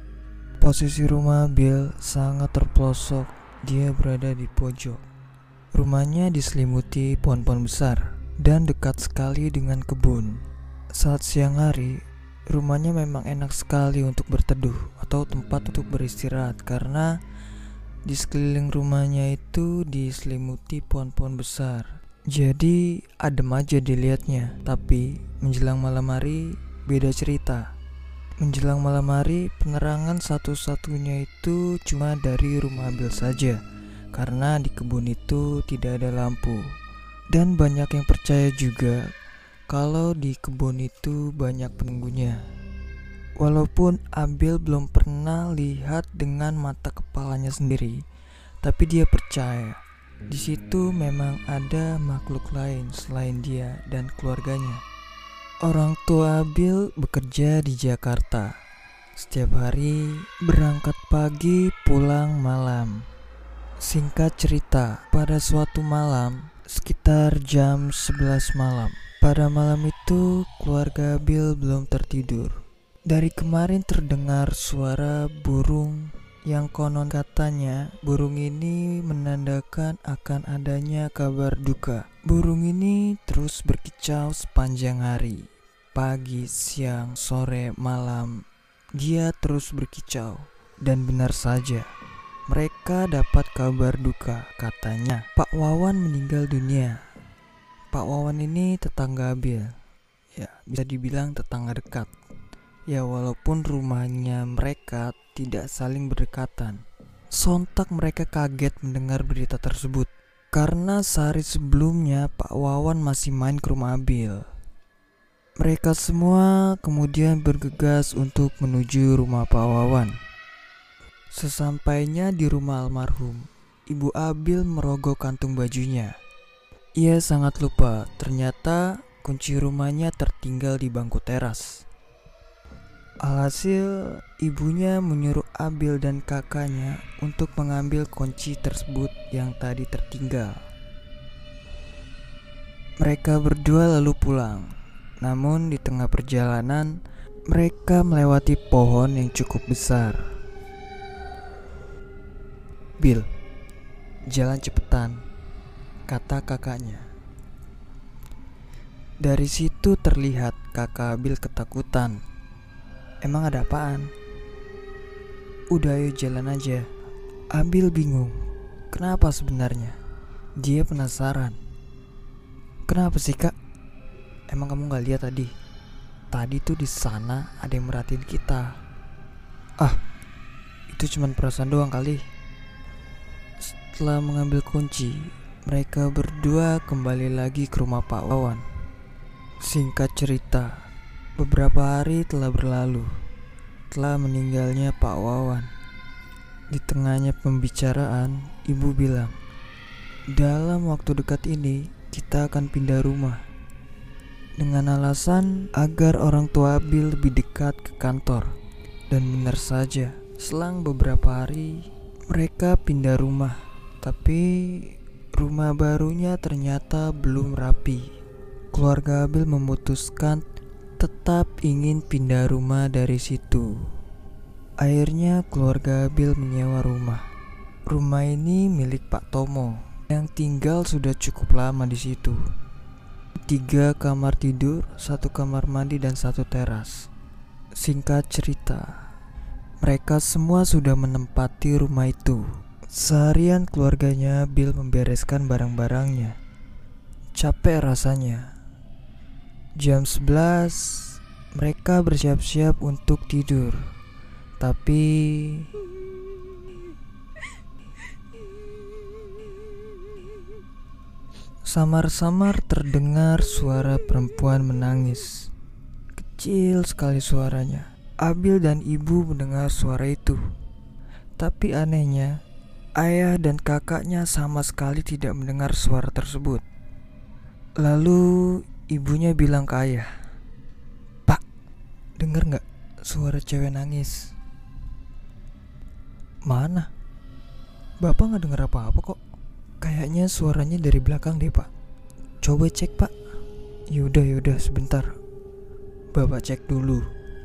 Posisi rumah Abil sangat terpelosok, dia berada di pojok. Rumahnya diselimuti pohon-pohon besar dan dekat sekali dengan kebun. Saat siang hari, rumahnya memang enak sekali untuk berteduh atau tempat untuk beristirahat karena di sekeliling rumahnya itu diselimuti pohon-pohon besar. Jadi adem aja dilihatnya. Tapi menjelang malam hari beda cerita. Menjelang malam hari penerangan satu-satunya itu cuma dari rumah Abil saja, karena di kebun itu tidak ada lampu. Dan banyak yang percaya juga kalau di kebun itu banyak penunggunya. Walaupun Abil belum pernah lihat dengan mata kepalanya sendiri, tapi dia percaya di situ memang ada makhluk lain selain dia dan keluarganya. Orang tua Abil bekerja di Jakarta. Setiap hari berangkat pagi, pulang malam. Singkat cerita, pada suatu malam sekitar jam 11 malam. Pada malam itu keluarga Abil belum tertidur. Dari kemarin terdengar suara burung yang konon katanya burung ini menandakan akan adanya kabar duka. Burung ini terus berkicau sepanjang hari. Pagi, siang, sore, malam, dia terus berkicau. Dan benar saja, mereka dapat kabar duka. Katanya Pak Wawan meninggal dunia. Pak Wawan ini tetangga Abil. Ya, bisa dibilang tetangga dekat. Ya, walaupun rumahnya mereka tidak saling berdekatan. Sontak mereka kaget mendengar berita tersebut, karena sehari sebelumnya Pak Wawan masih main ke rumah Abil. Mereka semua kemudian bergegas untuk menuju rumah Pak Wawan. Sesampainya di rumah almarhum, Ibu Abil merogoh kantung bajunya. Ia sangat lupa, ternyata kunci rumahnya tertinggal di bangku teras. Alhasil, ibunya menyuruh Abil dan kakaknya untuk mengambil kunci tersebut yang tadi tertinggal. Mereka berdua lalu pulang. Namun di tengah perjalanan, mereka melewati pohon yang cukup besar. "Bil, jalan cepetan," kata kakaknya. Dari situ terlihat kakak Abil ketakutan. Emang ada apaan? Udah, ayo jalan aja. Abil bingung. Kenapa sebenarnya? Dia penasaran. Kenapa sih, Kak? Emang kamu gak lihat tadi? Tadi tuh di sana ada yang merhatiin kita. Ah, itu cuman perasaan doang kali. Setelah mengambil kunci, mereka berdua kembali lagi ke rumah Pak Wawan. Singkat cerita, beberapa hari telah berlalu. Telah meninggalnya Pak Wawan. Di tengahnya pembicaraan, ibu bilang, "Dalam waktu dekat ini kita akan pindah rumah." Dengan alasan agar orang tua Abil lebih dekat ke kantor. Dan benar saja, selang beberapa hari mereka pindah rumah. Tapi rumah barunya ternyata belum rapi. Keluarga Abil memutuskan tetap ingin pindah rumah dari situ. Akhirnya keluarga Abil menyewa rumah. Rumah ini milik Pak Tomo yang tinggal sudah cukup lama di situ. 3 kamar tidur, 1 kamar mandi dan 1 teras. Singkat cerita, mereka semua sudah menempati rumah itu. Seharian keluarganya Bill membereskan barang-barangnya. Capek rasanya. Jam 11 mereka bersiap-siap untuk tidur. Tapi samar-samar terdengar suara perempuan menangis. Kecil sekali suaranya. Abil dan ibu mendengar suara itu. Tapi anehnya, ayah dan kakaknya sama sekali tidak mendengar suara tersebut. Lalu ibunya bilang ke ayah, "Pak, dengar gak suara cewek nangis?" "Mana? Bapak gak dengar apa-apa kok. Kayaknya suaranya dari belakang deh, Pak. Coba cek, Pak." Yaudah sebentar. Bapak cek dulu."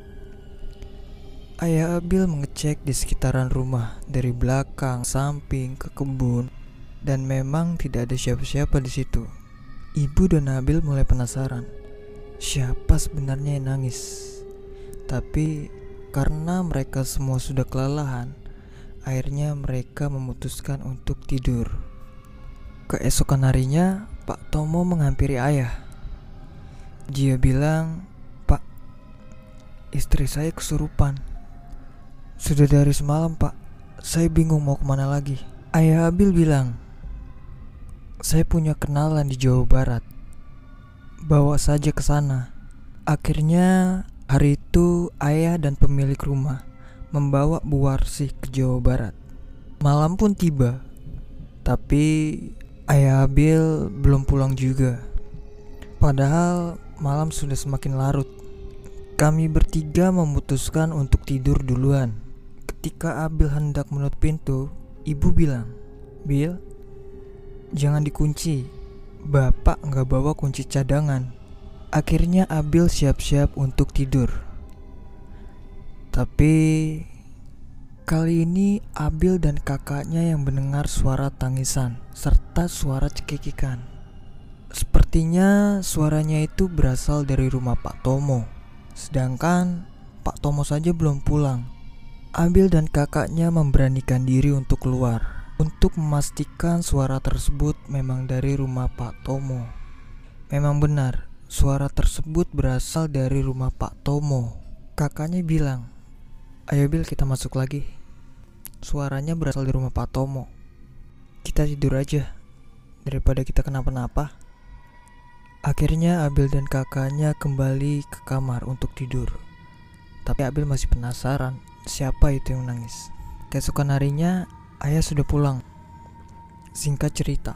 Ayah Abil mengecek di sekitaran rumah, dari belakang, samping, ke kebun, dan memang tidak ada siapa-siapa di situ. Ibu dan Abil mulai penasaran, siapa sebenarnya yang nangis. Tapi karena mereka semua sudah kelelahan, akhirnya mereka memutuskan untuk tidur. Keesokan harinya, Pak Tomo menghampiri ayah. Dia bilang, "Pak, istri saya kesurupan. Sudah dari semalam, Pak. Saya bingung mau kemana lagi." Ayah Abil bilang, "Saya punya kenalan di Jawa Barat. Bawa saja ke sana." Akhirnya hari itu ayah dan pemilik rumah membawa Bu Warsih ke Jawa Barat. Malam pun tiba, tapi ayah Abil belum pulang juga. Padahal malam sudah semakin larut. Kami bertiga memutuskan untuk tidur duluan. Ketika Abil hendak menutup pintu, ibu bilang, "Bil, jangan dikunci. Bapak gak bawa kunci cadangan." Akhirnya Abil siap-siap untuk tidur. Tapi kali ini Abil dan kakaknya yang mendengar suara tangisan serta suara cekikikan. Sepertinya suaranya itu berasal dari rumah Pak Tomo. Sedangkan Pak Tomo saja belum pulang. Abil dan kakaknya memberanikan diri untuk keluar untuk memastikan suara tersebut memang dari rumah Pak Tomo. Memang benar, suara tersebut berasal dari rumah Pak Tomo. Kakaknya bilang, "Ayo Bil, kita masuk lagi. Suaranya berasal dari rumah Pak Tomo. Kita tidur aja daripada kita kenapa-napa." Akhirnya Abil dan kakaknya kembali ke kamar untuk tidur. Tapi Abil masih penasaran, siapa itu yang menangis. Keesokan harinya, ayah sudah pulang. Singkat cerita,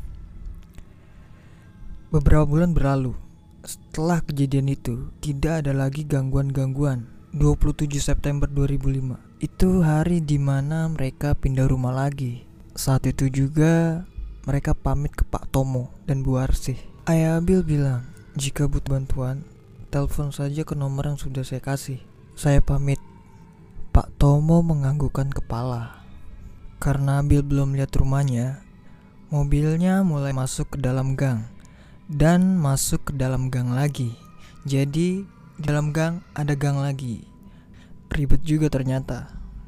beberapa bulan berlalu. Setelah kejadian itu, tidak ada lagi gangguan-gangguan. 27 September 2005, itu hari dimana mereka pindah rumah lagi. Saat itu juga, mereka pamit ke Pak Tomo dan Bu Arsih. Ayah Abil bilang, "Jika butuh bantuan, telepon saja ke nomor yang sudah saya kasih. Saya pamit." Pak Tomo menganggukkan kepala. Karena Abil belum lihat rumahnya, mobilnya mulai masuk ke dalam gang dan masuk ke dalam gang lagi. Jadi di dalam gang ada gang lagi. Ribet juga ternyata.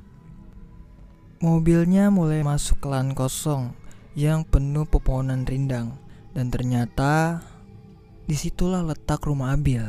Mobilnya mulai masuk ke lahan kosong yang penuh pepohonan rindang, dan ternyata disitulah letak rumah Abil.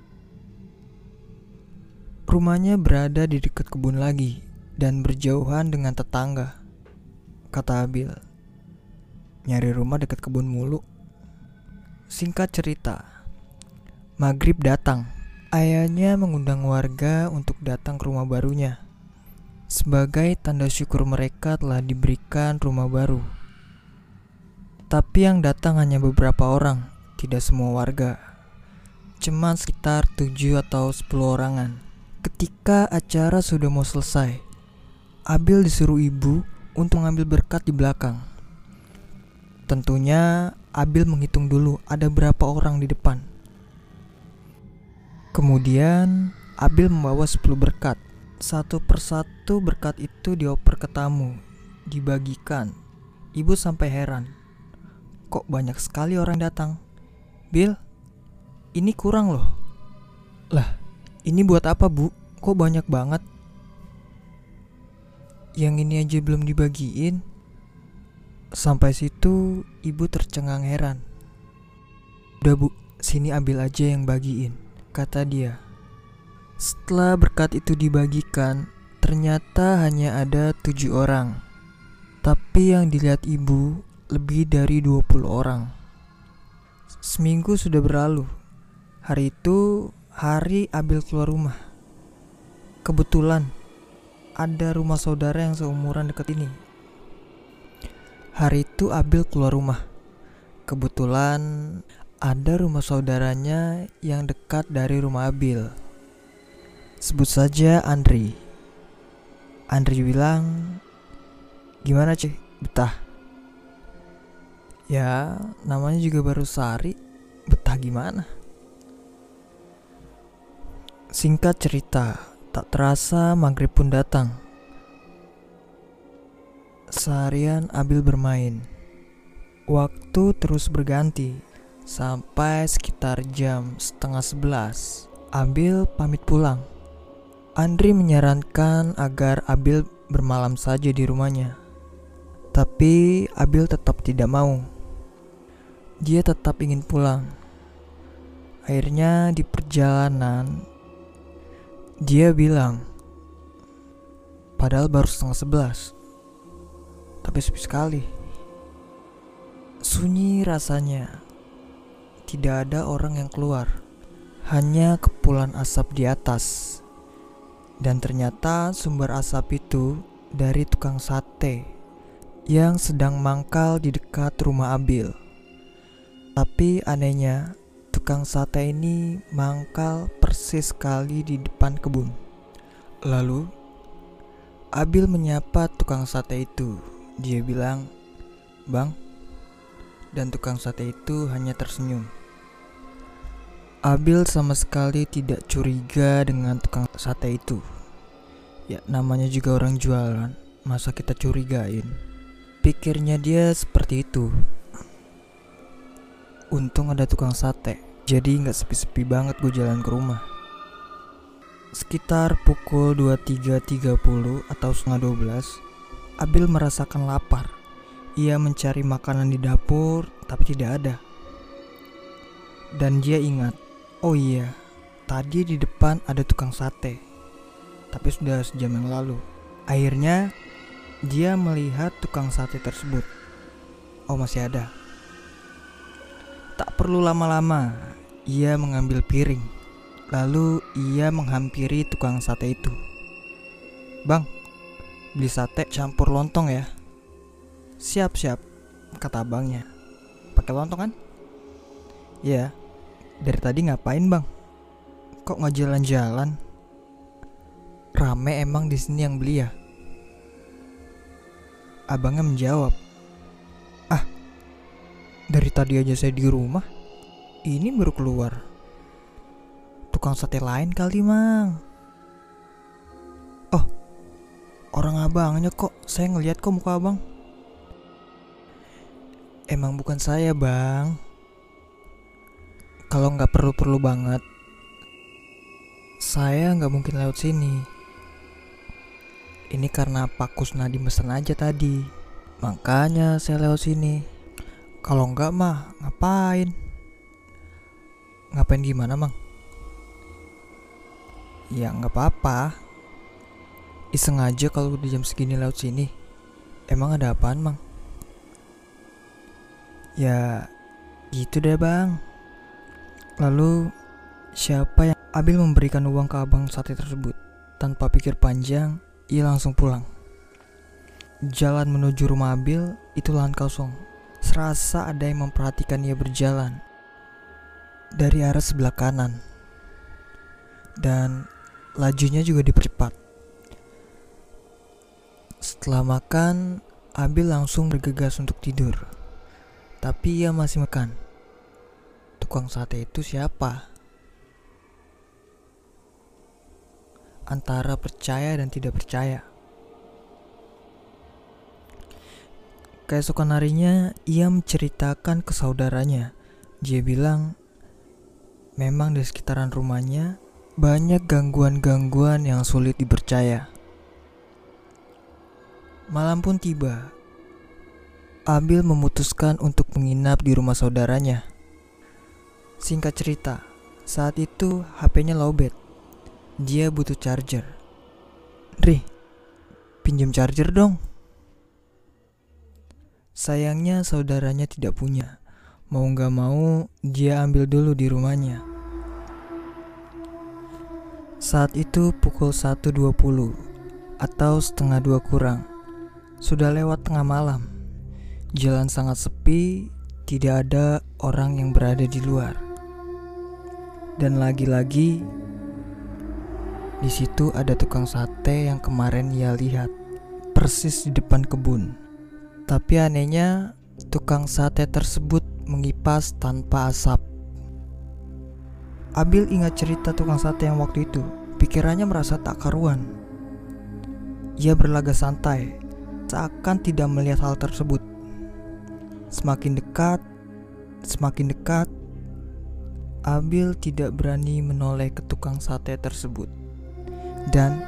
Rumahnya berada di dekat kebun lagi dan berjauhan dengan tetangga. Kata Abil, "Nyari rumah dekat kebun mulu." Singkat cerita, maghrib datang. Ayahnya mengundang warga untuk datang ke rumah barunya. Sebagai tanda syukur mereka telah diberikan rumah baru. Tapi yang datang hanya beberapa orang, tidak semua warga. Cuma sekitar 7 atau 10 orangan. Ketika acara sudah mau selesai, Abil disuruh ibu untuk mengambil berkat di belakang. Tentunya Abil menghitung dulu ada berapa orang di depan. Kemudian Abil membawa 10 berkat. Satu persatu berkat itu dioper ke tamu, dibagikan. Ibu sampai heran, kok banyak sekali orang datang. "Bil, ini kurang loh." "Lah, ini buat apa, Bu? Kok banyak banget?" "Yang ini aja belum dibagiin." Sampai situ ibu tercengang heran. "Udah bu, sini ambil aja yang bagiin," kata dia. Setelah berkat itu dibagikan, ternyata hanya ada 7 orang. Tapi yang dilihat ibu lebih dari 20 orang. Seminggu sudah berlalu. Hari itu hari Abil keluar rumah. Kebetulan ada rumah saudara yang seumuran dekat ini. Hari itu Abil keluar rumah. Kebetulan ada rumah saudaranya yang dekat dari rumah Abil. Sebut saja Andri. Andri bilang, "Gimana cek, betah?" "Ya, namanya juga baru sehari, betah gimana?" Singkat cerita, tak terasa maghrib pun datang. Seharian Abil bermain. Waktu terus berganti. Sampai sekitar jam 10:30, Abil pamit pulang. Andri menyarankan agar Abil bermalam saja di rumahnya. Tapi Abil tetap tidak mau. Dia tetap ingin pulang. Akhirnya di perjalanan dia bilang, padahal baru 10:30, tapi sepi sekali. Sunyi rasanya. Tidak ada orang yang keluar. Hanya kepulan asap di atas. Dan ternyata sumber asap itu dari tukang sate yang sedang mangkal di dekat rumah Abil. Tapi anehnya, tukang sate ini mangkal persis sekali di depan kebun. Lalu Abil menyapa tukang sate itu. Dia bilang, "Bang." Dan tukang sate itu hanya tersenyum. Abil sama sekali tidak curiga dengan tukang sate itu. Ya, namanya juga orang jualan, masa kita curigain? Pikirnya dia seperti itu. Untung ada tukang sate, jadi gak sepi-sepi banget gue jalan ke rumah. Sekitar pukul 23.30 atau setengah 12, Abil merasakan lapar. Ia mencari makanan di dapur, tapi tidak ada. Dan dia ingat, oh iya, tadi di depan ada tukang sate, tapi sudah sejam yang lalu. Akhirnya dia melihat tukang sate tersebut. Oh, masih ada. Tak perlu lama-lama, ia mengambil piring. Lalu ia menghampiri tukang sate itu. "Bang, beli sate campur lontong ya." "Siap-siap," kata abangnya. "Pakai lontong kan?" "Ya." "Dari tadi ngapain bang? Kok nggak jalan-jalan? Rame emang di sini yang beli ya?" Abangnya menjawab, "Ah, dari tadi aja saya di rumah. Ini baru keluar. Tukang sate lain kali mang." "Oh, orang abangnya kok. Saya ngeliat kok muka abang." "Emang bukan saya bang. Kalau nggak perlu-perlu banget, saya nggak mungkin lewat sini. Ini karena Pak Kusnadi mesen aja tadi, makanya saya lewat sini. Kalau nggak mah ngapain?" "Ngapain gimana mang?" "Ya nggak apa-apa. Iseng aja kalau udah jam segini lewat sini. Emang ada apaan mang?" "Ya gitu deh bang." Lalu siapa yang Abil memberikan uang ke abang sate tersebut. Tanpa pikir panjang, ia langsung pulang. Jalan menuju rumah Abil itu lahan kosong. Serasa ada yang memperhatikan ia berjalan dari arah sebelah kanan. Dan lajunya juga dipercepat. Setelah makan, Abil langsung bergegas untuk tidur. Tapi ia masih makan. Tukang sate itu siapa? Antara percaya dan tidak percaya. Keesokan harinya ia menceritakan ke saudaranya. Dia bilang, memang di sekitaran rumahnya banyak gangguan-gangguan yang sulit dipercaya. Malam pun tiba. Abil memutuskan untuk menginap di rumah saudaranya. Singkat cerita, saat itu HP-nya lowbat. Dia butuh charger. "Dri, pinjam charger dong." Sayangnya saudaranya tidak punya. Mau gak mau, dia ambil dulu di rumahnya. Saat itu pukul 1.20 atau setengah 2 kurang. Sudah lewat tengah malam. Jalan sangat sepi, tidak ada orang yang berada di luar. Dan lagi-lagi di situ ada tukang sate yang kemarin ia lihat persis di depan kebun. Tapi anehnya, tukang sate tersebut mengipas tanpa asap. Abil ingat cerita tukang sate yang waktu itu. Pikirannya merasa tak karuan. Ia berlagak santai, seakan tidak melihat hal tersebut. Semakin dekat, Abil tidak berani menoleh ke tukang sate tersebut. Dan,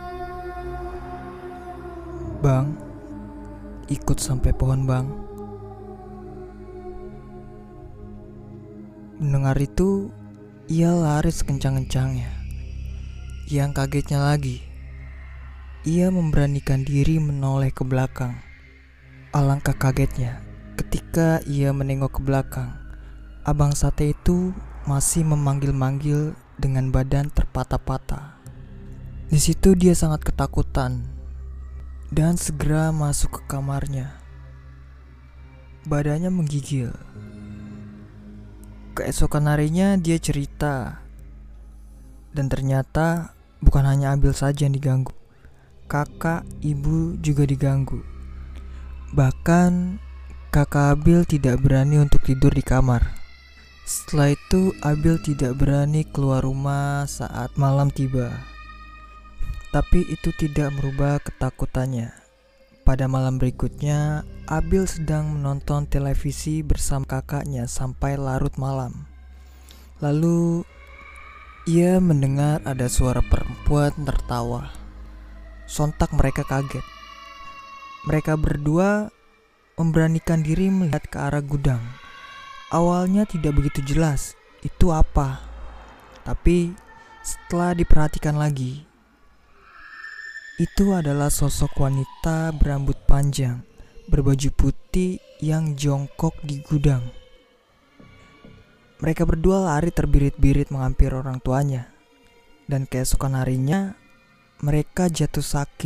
"Bang, ikut sampai pohon, Bang." Mendengar itu, ia lari sekencang-kencangnya. Yang kagetnya lagi, ia memberanikan diri menoleh ke belakang. Alangkah kagetnya ketika ia menengok ke belakang. Abang sate itu masih memanggil-manggil dengan badan terpatah-patah. Di situ dia sangat ketakutan dan segera masuk ke kamarnya. Badannya menggigil. Keesokan harinya dia cerita, dan ternyata bukan hanya Abil saja yang diganggu. Kakak, ibu juga diganggu. Bahkan kakak Abil tidak berani untuk tidur di kamar. Setelah itu Abil tidak berani keluar rumah saat malam tiba. Tapi itu tidak merubah ketakutannya. Pada malam berikutnya, Abil sedang menonton televisi bersama kakaknya sampai larut malam. Lalu ia mendengar ada suara perempuan tertawa. Sontak mereka kaget. Mereka berdua memberanikan diri melihat ke arah gudang. Awalnya tidak begitu jelas itu apa. Tapi setelah diperhatikan lagi, itu adalah sosok wanita berambut panjang, berbaju putih yang jongkok di gudang. Mereka berdua lari terbirit-birit menghampiri orang tuanya. Dan keesokan harinya, mereka jatuh sakit.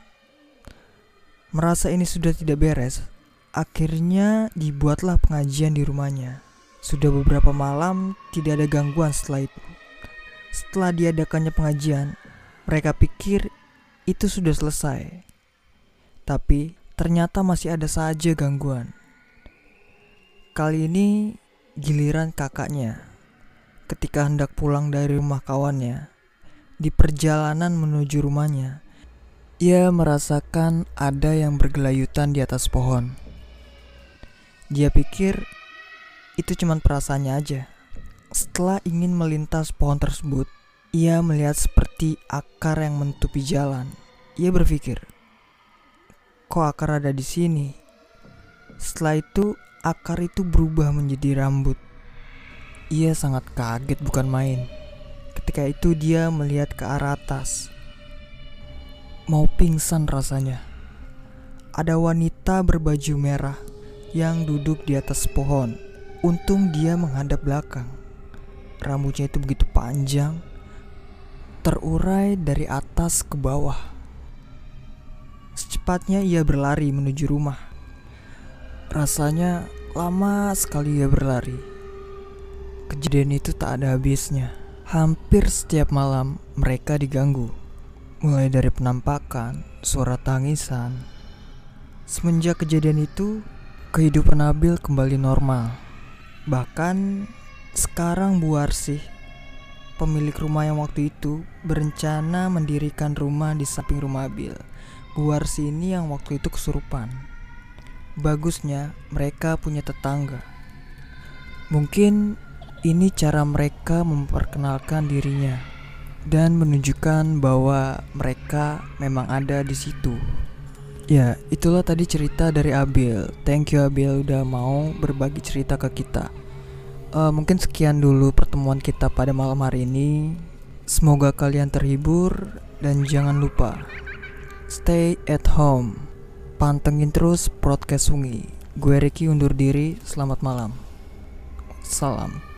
Merasa ini sudah tidak beres, akhirnya dibuatlah pengajian di rumahnya. Sudah beberapa malam tidak ada gangguan setelah itu. Setelah diadakannya pengajian, mereka pikir itu sudah selesai. Tapi ternyata masih ada saja gangguan. Kali ini giliran kakaknya. Ketika hendak pulang dari rumah kawannya, di perjalanan menuju rumahnya, ia merasakan ada yang bergelayutan di atas pohon. Dia pikir itu cuma perasaannya aja. Setelah ingin melintas pohon tersebut, ia melihat seperti akar yang menutupi jalan. Ia berpikir, kok akar ada di sini? Setelah itu, akar itu berubah menjadi rambut. Ia sangat kaget bukan main. Ketika itu dia melihat ke arah atas. Mau pingsan rasanya. Ada wanita berbaju merah yang duduk di atas pohon. Untung dia menghadap belakang. Rambutnya itu begitu panjang, terurai dari atas ke bawah. Secepatnya ia berlari menuju rumah. Rasanya lama sekali ia berlari. Kejadian itu tak ada habisnya. Hampir setiap malam mereka diganggu. Mulai dari penampakan, suara tangisan. Semenjak kejadian itu, kehidupan Abil kembali normal. Bahkan sekarang Bu Arsih, pemilik rumah yang waktu itu, berencana mendirikan rumah di samping rumah Abil. Bu Arsih ini yang waktu itu kesurupan. Bagusnya mereka punya tetangga. Mungkin ini cara mereka memperkenalkan dirinya dan menunjukkan bahwa mereka memang ada di situ. Ya, itulah tadi cerita dari Abil. Thank you Abil udah mau berbagi cerita ke kita. Mungkin sekian dulu pertemuan kita pada malam hari ini. Semoga kalian terhibur dan jangan lupa stay at home. Pantengin terus podcast Sungi. Gue Ricky undur diri. Selamat malam. Salam.